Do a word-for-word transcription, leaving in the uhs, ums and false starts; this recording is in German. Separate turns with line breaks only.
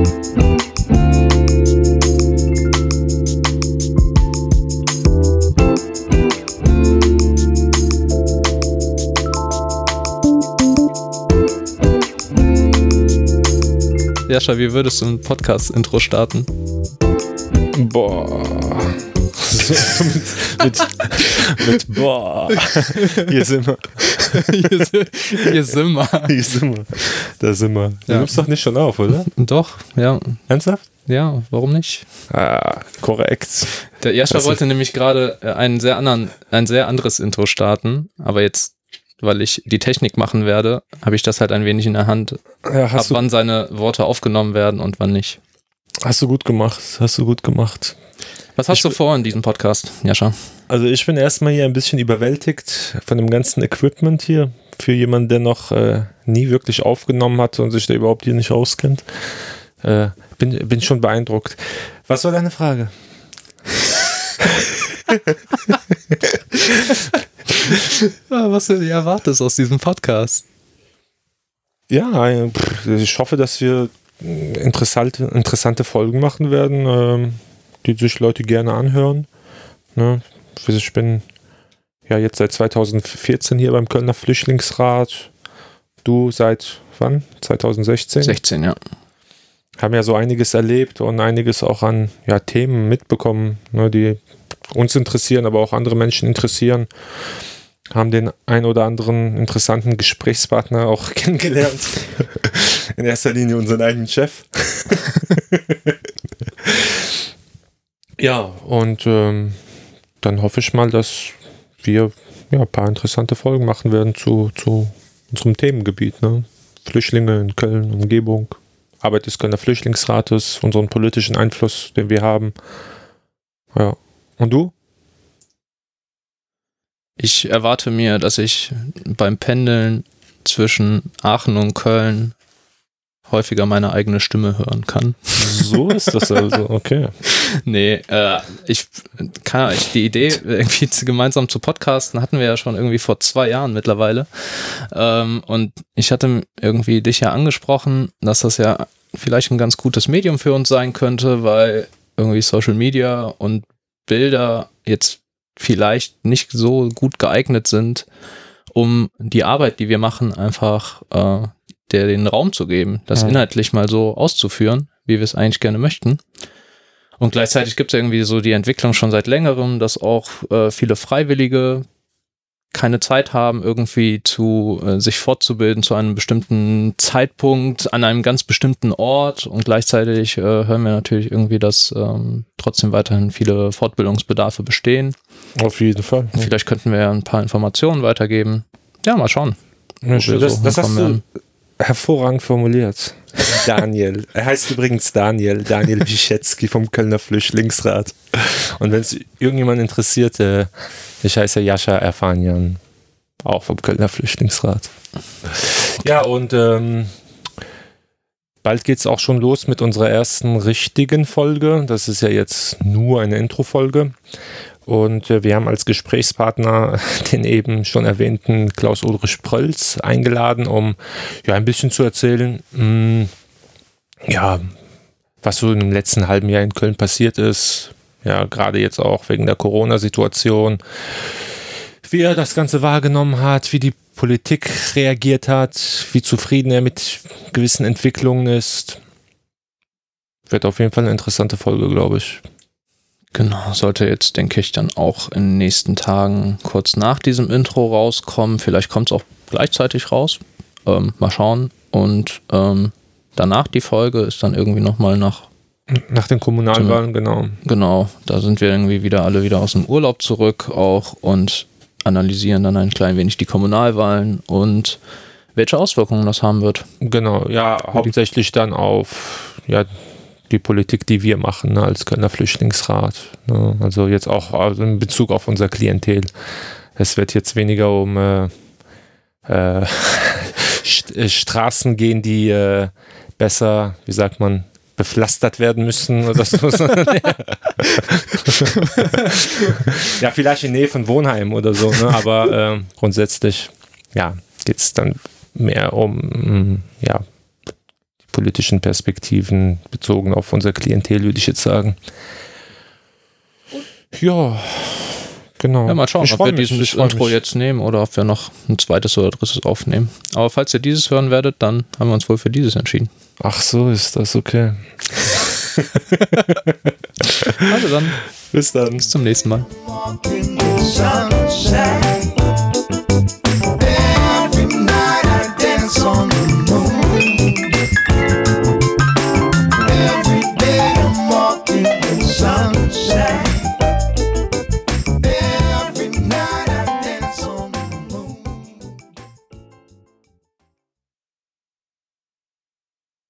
Jascha, wie würdest du ein Podcast-Intro starten?
Boah. So, so mit, mit, mit Boah. Hier sind wir.
Hier, sind, hier sind wir.
Hier sind wir. Da sind wir. Du
Ja.
nimmst doch nicht schon auf, oder?
Doch, ja.
Ernsthaft?
Ja, warum nicht?
Ah, korrekt.
Der Jascha
Also-
wollte nämlich gerade äh, einen sehr anderen, ein sehr anderes Intro starten, aber jetzt, weil ich die Technik machen werde, habe ich das halt ein wenig in der Hand,
Ja,
ab
hast, du,
wann seine Worte aufgenommen werden und wann nicht.
hast du gut gemacht. Hast du gut gemacht.
Was hast
Ich-
du vor in diesem Podcast, Jascha?
Also ich bin erstmal hier ein bisschen überwältigt von dem ganzen Equipment hier. Für jemanden, der noch äh, nie wirklich aufgenommen hat und sich da überhaupt hier nicht auskennt. Äh, bin, bin schon beeindruckt. Was war deine Frage?
Was du dir erwartest aus diesem Podcast?
Ja, äh, pff, ich hoffe, dass wir äh, interessante, interessante Folgen machen werden, ähm, die sich Leute gerne anhören. Ne? Ich bin ja jetzt seit zweitausendvierzehn hier beim Kölner Flüchtlingsrat. Du seit wann? zweitausendsechzehn?
sechzehn, ja.
Haben ja so einiges erlebt und einiges auch an ja, Themen mitbekommen, ne, die uns interessieren, aber auch andere Menschen interessieren. Haben den ein oder anderen interessanten Gesprächspartner auch kennengelernt. In erster Linie unseren eigenen Chef. Ja, und ähm, dann hoffe ich mal, dass wir ja, ein paar interessante Folgen machen werden zu, zu unserem Themengebiet. Ne? Flüchtlinge in Köln, Umgebung, Arbeit des Kölner Flüchtlingsrates, unseren politischen Einfluss, den wir haben. Ja. Und du?
Ich erwarte mir, dass ich beim Pendeln zwischen Aachen und Köln häufiger meine eigene Stimme hören kann.
So ist das also, okay.
Nee, äh, ich kann ich, die Idee, irgendwie zu, gemeinsam zu podcasten, hatten wir ja schon irgendwie vor zwei Jahren mittlerweile. Ähm, und ich hatte irgendwie dich ja angesprochen, dass das ja vielleicht ein ganz gutes Medium für uns sein könnte, weil irgendwie Social Media und Bilder jetzt vielleicht nicht so gut geeignet sind, um die Arbeit, die wir machen, einfach äh, der den Raum zu geben, das
Ja.
inhaltlich mal so auszuführen, wie wir es eigentlich gerne möchten. Und gleichzeitig gibt es irgendwie so die Entwicklung schon seit längerem, dass auch äh, viele Freiwillige keine Zeit haben, irgendwie zu äh, sich fortzubilden zu einem bestimmten Zeitpunkt, an einem ganz bestimmten Ort, und gleichzeitig äh, hören wir natürlich irgendwie, dass ähm, trotzdem weiterhin viele Fortbildungsbedarfe bestehen.
Auf jeden Fall.
Vielleicht könnten wir ja ein paar Informationen weitergeben. Ja, mal schauen.
Das,
wo wir
das,
so
das hast
hinkommen
du hervorragend formuliert. Daniel. Er heißt übrigens Daniel. Daniel Wischetzky vom Kölner Flüchtlingsrat. Und wenn es irgendjemand interessiert, äh, ich heiße Jascha Erfanian. Auch vom Kölner Flüchtlingsrat. Ja, und ähm, bald geht es auch schon los mit unserer ersten richtigen Folge. Das ist ja jetzt nur eine Intro-Folge. Und äh, wir haben als Gesprächspartner den eben schon erwähnten Klaus-Ulrich Prölz eingeladen, um ja ein bisschen zu erzählen, mh, ja, was so im letzten halben Jahr in Köln passiert ist. Ja, gerade jetzt auch wegen der Corona-Situation. Wie er das Ganze wahrgenommen hat, wie die Politik reagiert hat, wie zufrieden er mit gewissen Entwicklungen ist. Wird auf jeden Fall eine interessante Folge, glaube ich.
Genau, sollte jetzt, denke ich, dann auch in den nächsten Tagen kurz nach diesem Intro rauskommen. Vielleicht kommt es auch gleichzeitig raus. Ähm, mal schauen. Und ähm, danach die Folge ist dann irgendwie nochmal nach,
Nach den Kommunalwahlen, genau.
genau, da sind wir irgendwie wieder alle wieder aus dem Urlaub zurück auch und analysieren dann ein klein wenig die Kommunalwahlen und welche Auswirkungen das haben wird.
Genau, ja, hauptsächlich dann auf ja, die Politik, die wir machen, ne, als Kölner Flüchtlingsrat. Ne, also jetzt auch also in Bezug auf unser Klientel. Es wird jetzt weniger um äh, äh, St- äh, Straßen gehen, die äh, besser, wie sagt man, bepflastert werden müssen oder so. Ja, vielleicht in Nähe von Wohnheim oder so, ne? Aber äh, grundsätzlich ja, geht es dann mehr um ja, die politischen Perspektiven bezogen auf unser Klientel, würde ich jetzt sagen. Ja, genau.
Ja, mal schauen,
ich
ob wir
mich,
dieses
ich
Intro
mich.
jetzt nehmen oder ob wir noch ein zweites oder drittes aufnehmen. Aber falls ihr dieses hören werdet, dann haben wir uns wohl für dieses entschieden.
Ach so, ist das okay.
Also dann,
bis dann.
bis zum nächsten Mal.
Walking in sunshine.